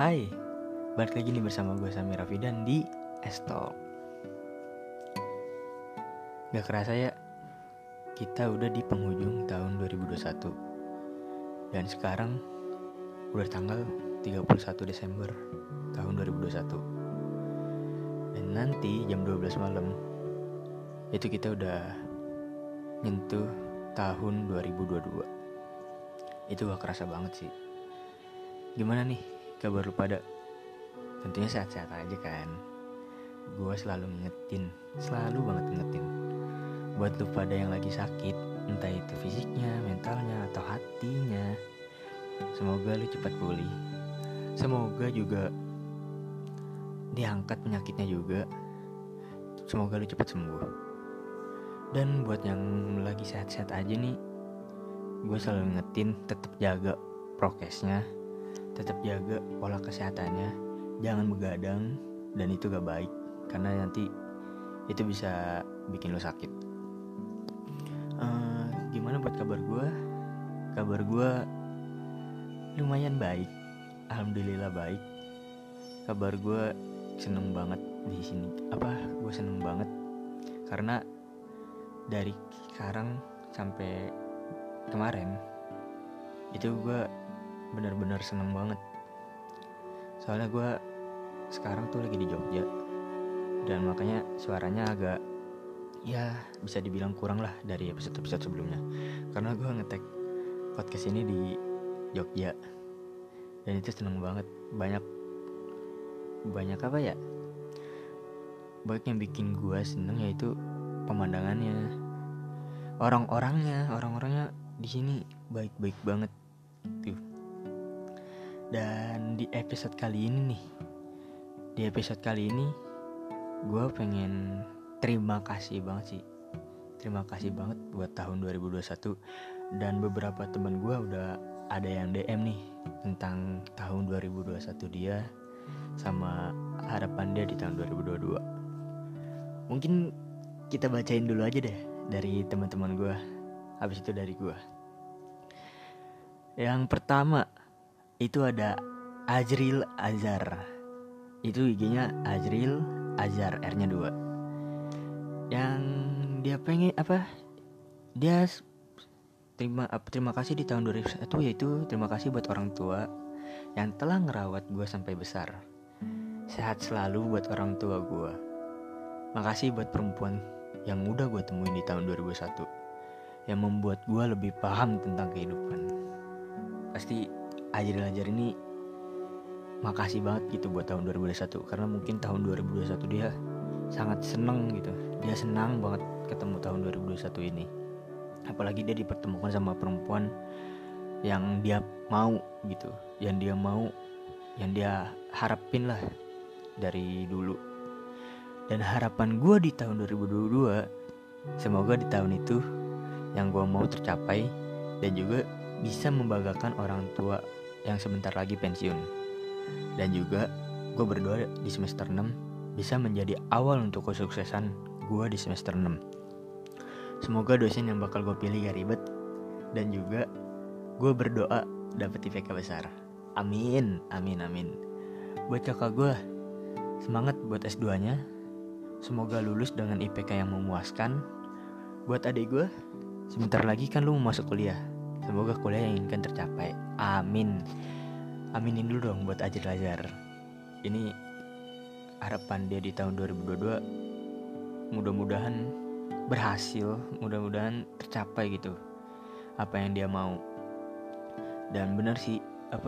Hai, balik lagi nih bersama gue Samir Rafidan di Estol. Gak kerasa ya, kita udah di penghujung tahun 2021. Dan sekarang udah tanggal 31 Desember tahun 2021. Dan nanti jam 12 malam itu kita udah nyentuh tahun 2022. Itu gak kerasa banget sih. Gimana nih kabar lu pada? Tentunya sehat-sehat aja kan. Gue selalu banget ngingetin buat lu pada yang lagi sakit, entah itu fisiknya, mentalnya, atau hatinya. Semoga lu cepat pulih. Semoga juga diangkat penyakitnya juga. Semoga lu cepat sembuh. Dan buat yang lagi sehat-sehat aja nih, gue selalu ngingetin tetap jaga prokesnya, tetap jaga pola kesehatannya, jangan begadang, dan itu gak baik karena nanti itu bisa bikin lo sakit. Gimana buat kabar gue? Kabar gue lumayan baik, alhamdulillah baik. Kabar gue seneng banget di sini. Gue seneng banget karena dari sekarang sampai kemarin itu gue benar-benar seneng banget. Soalnya gue sekarang tuh lagi di Jogja, dan makanya suaranya agak bisa dibilang kurang lah dari episode-episode sebelumnya. Karena gue nge-tag podcast ini di Jogja, dan itu seneng banget. Banyak Banyak yang bikin gue seneng, yaitu pemandangannya, orang-orangnya di sini baik-baik banget tuh. Dan di episode kali ini gue pengen terima kasih banget buat tahun 2021. Dan beberapa teman gue udah ada yang DM nih tentang tahun 2021 dia sama harapan dia di tahun 2022. Mungkin kita bacain dulu aja deh dari teman-teman gue, habis itu dari gue. Yang pertama itu ada Ajril Azhar. Itu IG-nya Ajril Azhar, R-nya 2. Yang dia pengen dia terima kasih di tahun 2021, yaitu terima kasih buat orang tua yang telah ngerawat gue sampai besar. Sehat selalu buat orang tua gue. Makasih buat perempuan yang udah gue temuin di tahun 2021, yang membuat gue lebih paham tentang kehidupan. Pasti Ajril Azhar ini makasih banget gitu buat tahun 2021, karena mungkin tahun 2021 dia sangat seneng gitu. Dia senang banget ketemu tahun 2021 ini. Apalagi dia dipertemukan sama perempuan yang dia mau gitu, yang dia harapin lah dari dulu. Dan harapan gue di tahun 2022, semoga di tahun itu yang gue mau tercapai, dan juga bisa membanggakan orang tua yang sebentar lagi pensiun. Dan juga gue berdoa di semester 6 bisa menjadi awal untuk kesuksesan gue di semester 6. Semoga dosen yang bakal gue pilih gak ribet, dan juga gue berdoa dapet IPK besar. Amin. Buat kakak gue, semangat buat S2-nya. Semoga lulus dengan IPK yang memuaskan. Buat adik gue, sebentar lagi kan lu mau masuk kuliah. Semoga kuliah yang inginkan tercapai. Amin. Aminin dulu dong buat Ajril Azhar. Ini harapan dia di tahun 2022. Mudah-mudahan berhasil, mudah-mudahan tercapai gitu apa yang dia mau. Dan benar sih,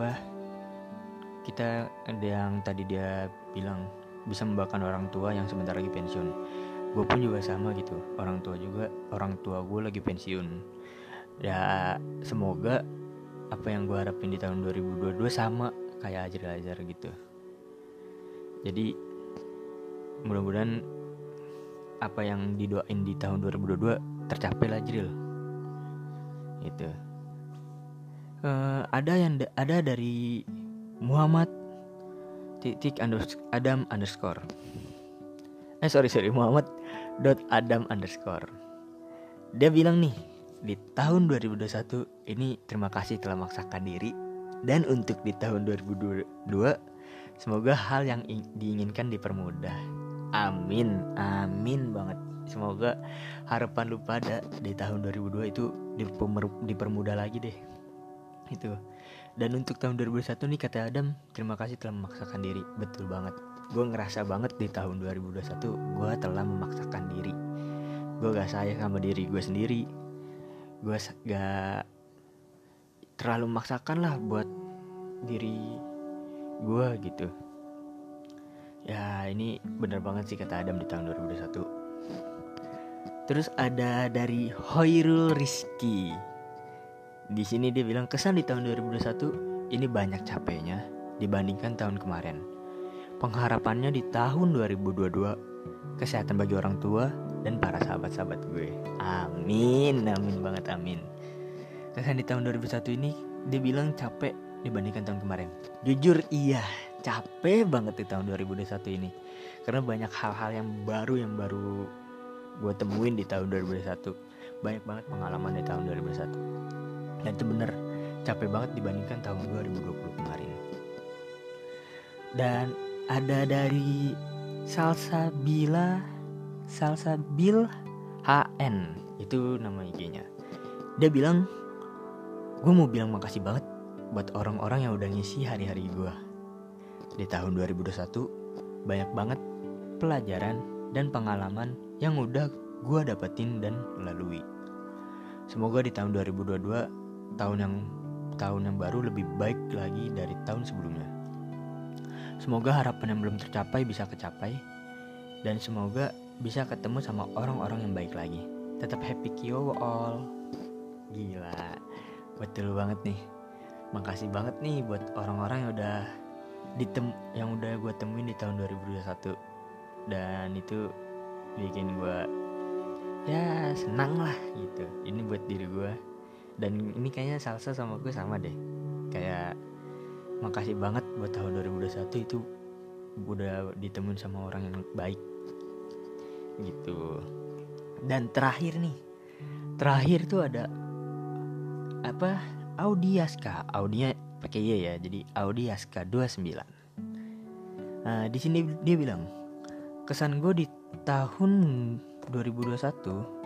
kita ada yang tadi dia bilang bisa membanggakan orang tua yang sebentar lagi pensiun. Gue pun juga sama gitu. Orang tua gue lagi pensiun. Ya semoga apa yang gue harapin di tahun 2022 sama kayak Ajril Azhar gitu. Jadi mudah-mudahan apa yang didoain di tahun 2022 tercapai lah Ajril gitu. Ada dari Muhammad Adam_. Muhammad .adam_. Dia bilang nih, di tahun 2021 ini terima kasih telah memaksakan diri. Dan untuk di tahun 2022 Semoga hal yang diinginkan dipermudah. Amin, amin banget. Semoga harapan lu pada di tahun 2002 itu dipermudah lagi deh. Itu. Dan untuk tahun 2021 nih kata Adam, terima kasih telah memaksakan diri. Betul banget. Gue ngerasa banget di tahun 2021 gue telah memaksakan diri. Gue gak sayang sama diri gue sendiri. Gue gak terlalu memaksakan lah buat diri gue gitu. Ya ini bener banget sih kata Adam di tahun 2021. Terus ada dari Hoirul Rizky. Di sini dia bilang kesan di tahun 2021 ini banyak capeknya dibandingkan tahun kemarin. Pengharapannya di tahun 2022 kesehatan bagi orang tua dan para sahabat-sahabat gue. Amin, amin banget, amin. Kesan di tahun 2021 ini dia bilang capek dibandingkan tahun kemarin. Jujur iya, capek banget di tahun 2021 ini. Karena banyak hal-hal yang baru gue temuin di tahun 2021. Banyak banget pengalaman di tahun 2021. Dan itu bener capek banget dibandingkan tahun 2020 kemarin. Dan ada dari Salsabil HN, itu nama IG-nya. Dia bilang, gue mau bilang makasih banget buat orang-orang yang udah ngisi hari-hari gue. Di tahun 2021 banyak banget pelajaran dan pengalaman yang udah gue dapetin dan lalui. Semoga di tahun 2022 tahun yang baru lebih baik lagi dari tahun sebelumnya. Semoga harapan yang belum tercapai bisa kecapai, dan semoga bisa ketemu sama orang-orang yang baik lagi. Tetap happy Kyo all. Gila, betul banget nih. Makasih banget nih buat orang-orang yang udah gue temuin di tahun 2021. Dan itu bikin gue ya senang lah gitu. Ini buat diri gue. Dan ini kayaknya Salsa sama gue sama deh. Kayak makasih banget buat tahun 2021 itu udah ditemuin sama orang yang baik gitu. Dan terakhir tuh ada apa? Audiaska. Audinya pakai Y ya. Jadi Audiaska 29. Nah, di sini dia bilang, kesan gue di tahun 2021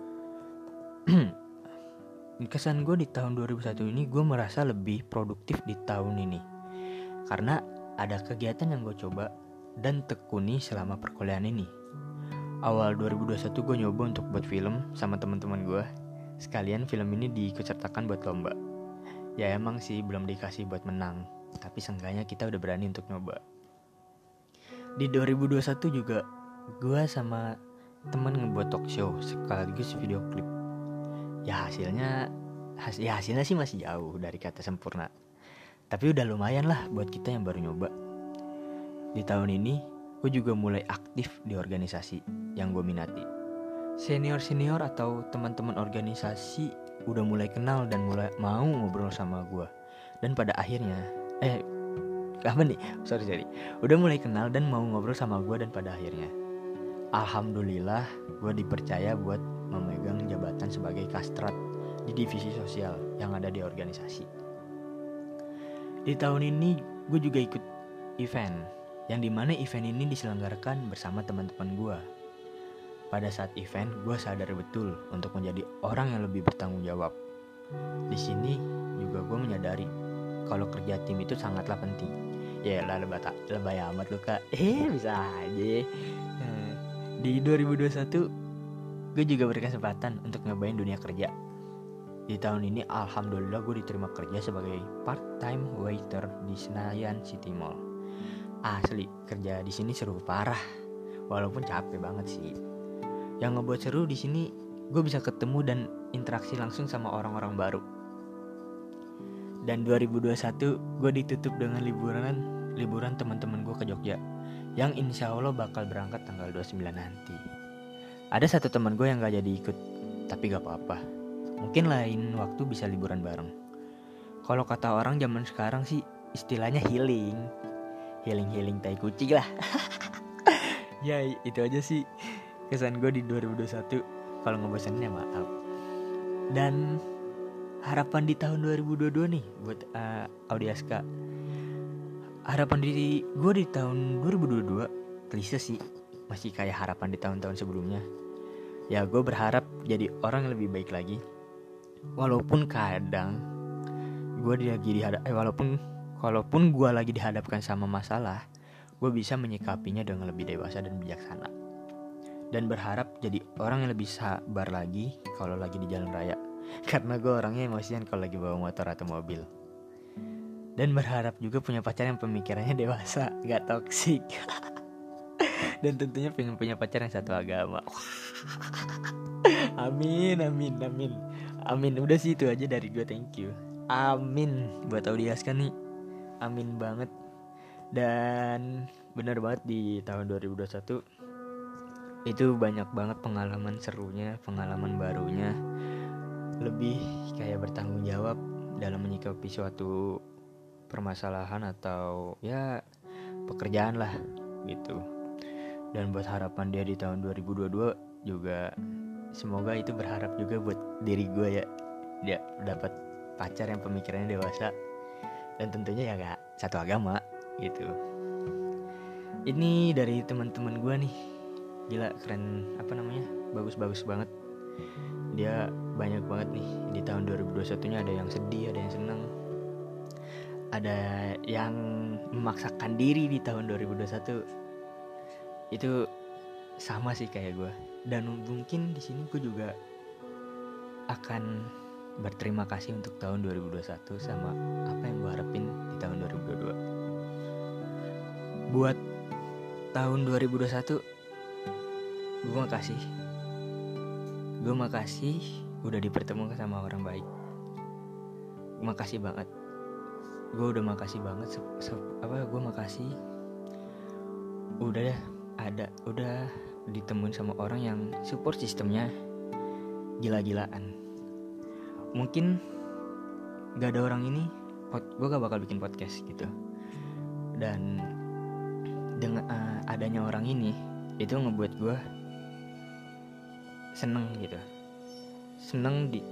kesan gue di tahun 2021 ini gue merasa lebih produktif di tahun ini karena ada kegiatan yang gue coba dan tekuni selama perkuliahan ini. Awal 2021 gue nyoba untuk buat film sama teman-teman gue. Sekalian film ini diikutsertakan buat lomba. Ya emang sih belum dikasih buat menang, tapi seenggaknya kita udah berani untuk nyoba. Di 2021 juga gue sama temen ngebuat talk show sekaligus video klip. Ya hasilnya sih masih jauh dari kata sempurna, tapi udah lumayan lah buat kita yang baru nyoba. Di tahun ini gue juga mulai aktif di organisasi yang gue minati. Senior atau teman-teman organisasi udah mulai kenal dan mulai mau ngobrol sama gue. Dan pada akhirnya udah mulai kenal dan mau ngobrol sama gue. Dan pada akhirnya alhamdulillah gue dipercaya buat memegang jabatan sebagai kastrat di divisi sosial yang ada di organisasi. Di tahun ini gue juga ikut event, yang dimana event ini diselenggarakan bersama teman-teman gue. Pada saat event, gue sadar betul untuk menjadi orang yang lebih bertanggung jawab. Di sini juga gue menyadari kalau kerja tim itu sangatlah penting. Ya lah lebay amat lu kak. Bisa aja. Di 2021 gue juga berkesempatan untuk nyobain dunia kerja. Di tahun ini alhamdulillah gue diterima kerja sebagai part-time waiter di Senayan City Mall. Asli kerja di sini seru parah, walaupun capek banget sih. Yang ngebuat seru di sini gue bisa ketemu dan interaksi langsung sama orang-orang baru. Dan 2021 gue ditutup dengan liburan teman-teman gue ke Jogja, yang insya Allah bakal berangkat tanggal 29 nanti. Ada satu teman gue yang gak jadi ikut, tapi gak apa-apa. Mungkin lain waktu bisa liburan bareng. Kalau kata orang zaman sekarang sih istilahnya healing tai kucing lah. Ya itu aja sih kesan gue di 2021. Kalau ngebosenin ya maaf. Dan harapan di tahun 2022 nih buat Audiaska. harapan diri gue di tahun 2022 klise sih, masih kayak harapan di tahun-tahun sebelumnya. Ya gue berharap jadi orang yang lebih baik lagi. Walaupun kadang gue walaupun gue lagi dihadapkan sama masalah, gue bisa menyikapinya dengan lebih dewasa dan bijaksana. Dan berharap jadi orang yang lebih sabar lagi kalau lagi di jalan raya. Karena gue orangnya emosian kalau lagi bawa motor atau mobil. Dan berharap juga punya pacar yang pemikirannya dewasa, gak toksik. Dan tentunya pengen punya pacar yang satu agama. Amin. Udah sih itu aja dari gue, thank you. Amin. Buat Audiaskan nih, amin banget. Dan benar banget di tahun 2021 itu banyak banget pengalaman serunya, pengalaman barunya. Lebih kayak bertanggung jawab dalam menyikapi suatu permasalahan atau ya pekerjaan lah gitu. Dan buat harapan dia di tahun 2022 juga, semoga itu berharap juga buat diri gue ya, dia dapat pacar yang pemikirannya dewasa dan tentunya ya gak satu agama gitu. Ini dari teman-teman gue nih, gila keren, bagus banget. Dia banyak banget nih di tahun 2021-nya, ada yang sedih, ada yang senang, ada yang memaksakan diri di tahun 2021. Itu sama sih kayak gue. Dan mungkin di sini gue juga akan berterima kasih untuk tahun 2021 sama apa yang gue harapin di tahun 2022. Buat tahun 2021 gue makasih udah dipertemukan sama orang baik. Makasih banget. Gue udah makasih banget gue makasih udah ditemuin sama orang yang support sistemnya gila-gilaan. Mungkin gak ada orang ini gue gak bakal bikin podcast gitu. Dan dengan adanya orang ini itu ngebuat gue seneng gitu. Seneng di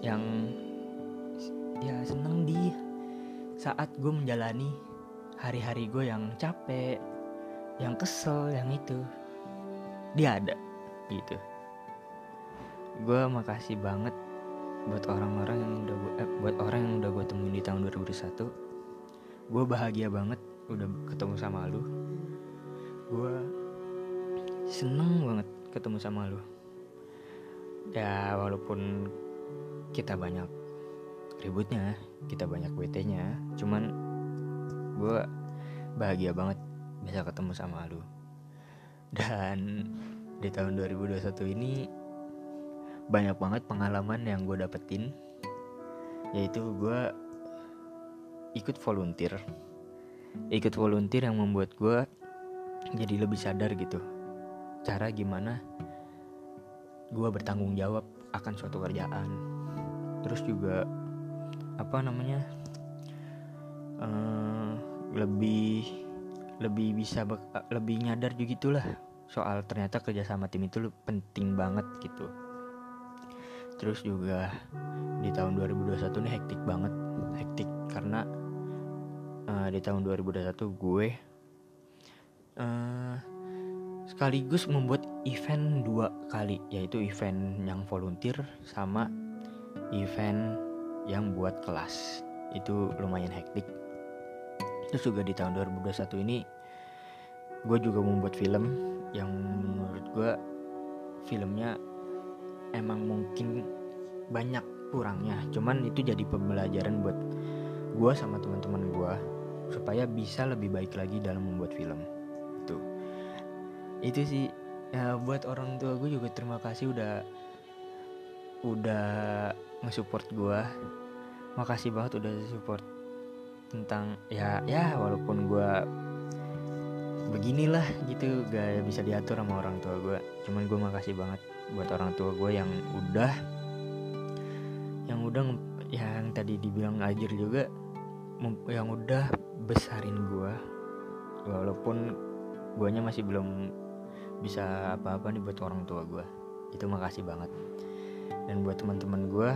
saat gue menjalani hari-hari gue yang capek, yang kesel, yang itu, dia ada gitu. Gue makasih banget buat orang-orang yang udah gue temuin di tahun 2021. Gue bahagia banget udah ketemu sama lu. Gue seneng banget ketemu sama lu. Ya walaupun kita banyak ributnya, kita banyak WT-nya, cuman gue bahagia banget bisa ketemu sama lu. Dan di tahun 2021 ini banyak banget pengalaman yang gue dapetin, yaitu gue ikut volunteer yang membuat gue jadi lebih sadar gitu, cara gimana gue bertanggung jawab akan suatu kerjaan. Terus juga lebih bisa lebih nyadar juga gitulah soal ternyata kerja sama tim itu penting banget gitu. Terus juga di tahun 2021 ini hektik karena di tahun 2021 gue sekaligus membuat event 2 kali, yaitu event yang volunteer sama event yang buat kelas. Itu lumayan hektik. Terus juga di tahun 2021 ini gue juga membuat film yang menurut gue filmnya emang mungkin banyak kurangnya, cuman itu jadi pembelajaran buat gue sama teman-teman gue supaya bisa lebih baik lagi dalam membuat film. Itu sih ya. Buat orang tua gue juga terima kasih udah nge-support gue. Makasih banget udah support tentang ya walaupun gue beginilah gitu, gak bisa diatur sama orang tua gue. Cuman gue makasih banget buat orang tua gue yang tadi dibilang Ajir juga, yang udah besarin gue walaupun guanya masih belum bisa apa-apa nih buat orang tua gue. Itu makasih banget. Dan buat teman-teman gue,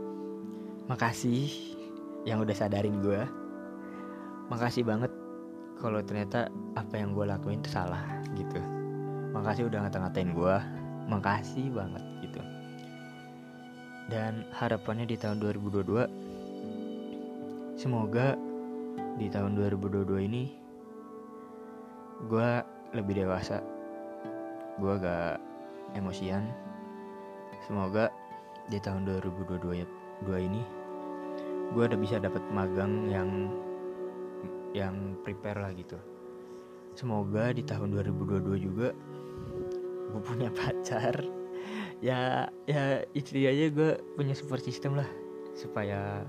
makasih yang udah sadarin gue. Makasih banget kalau ternyata apa yang gue lakuin itu salah gitu. Makasih udah ngata-ngatain gue, makasih banget gitu. Dan harapannya di tahun 2022, semoga di tahun 2022 ini gue lebih dewasa, gue gak emosian. Semoga di tahun 2022 ini gue udah bisa dapat magang yang prepare lah gitu. Semoga di tahun 2022 juga gue punya pacar. Ya itu dia aja, gue punya support system lah, supaya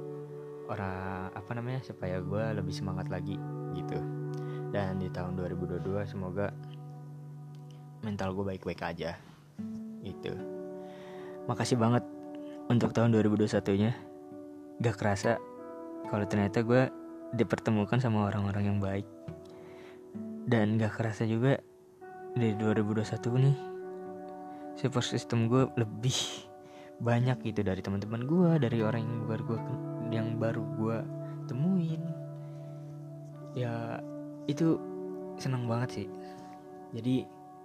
supaya gue lebih semangat lagi gitu. Dan di tahun 2022 semoga mental gue baik-baik aja gitu. Makasih banget untuk tahun 2021-nya. Gak kerasa kalau ternyata gue dipertemukan sama orang-orang yang baik. Dan gak kerasa juga di 2021 nih support system gue lebih banyak gitu, dari teman-teman gue, dari orang yang baru gue temuin. Ya itu seneng banget sih. Jadi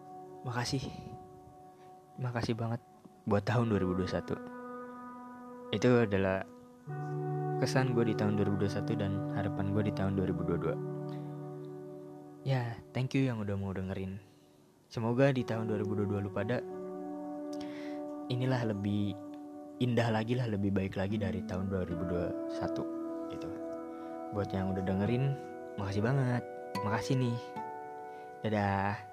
makasih banget buat tahun 2021. Itu adalah kesan gue di tahun 2021 dan harapan gue di tahun 2022. Ya, thank you yang udah mau dengerin. Semoga di tahun 2022 lu pada inilah lebih indah lagi lah, lebih baik lagi dari tahun 2021 gitu. Buat yang udah dengerin, makasih banget. Makasih nih. Dadah.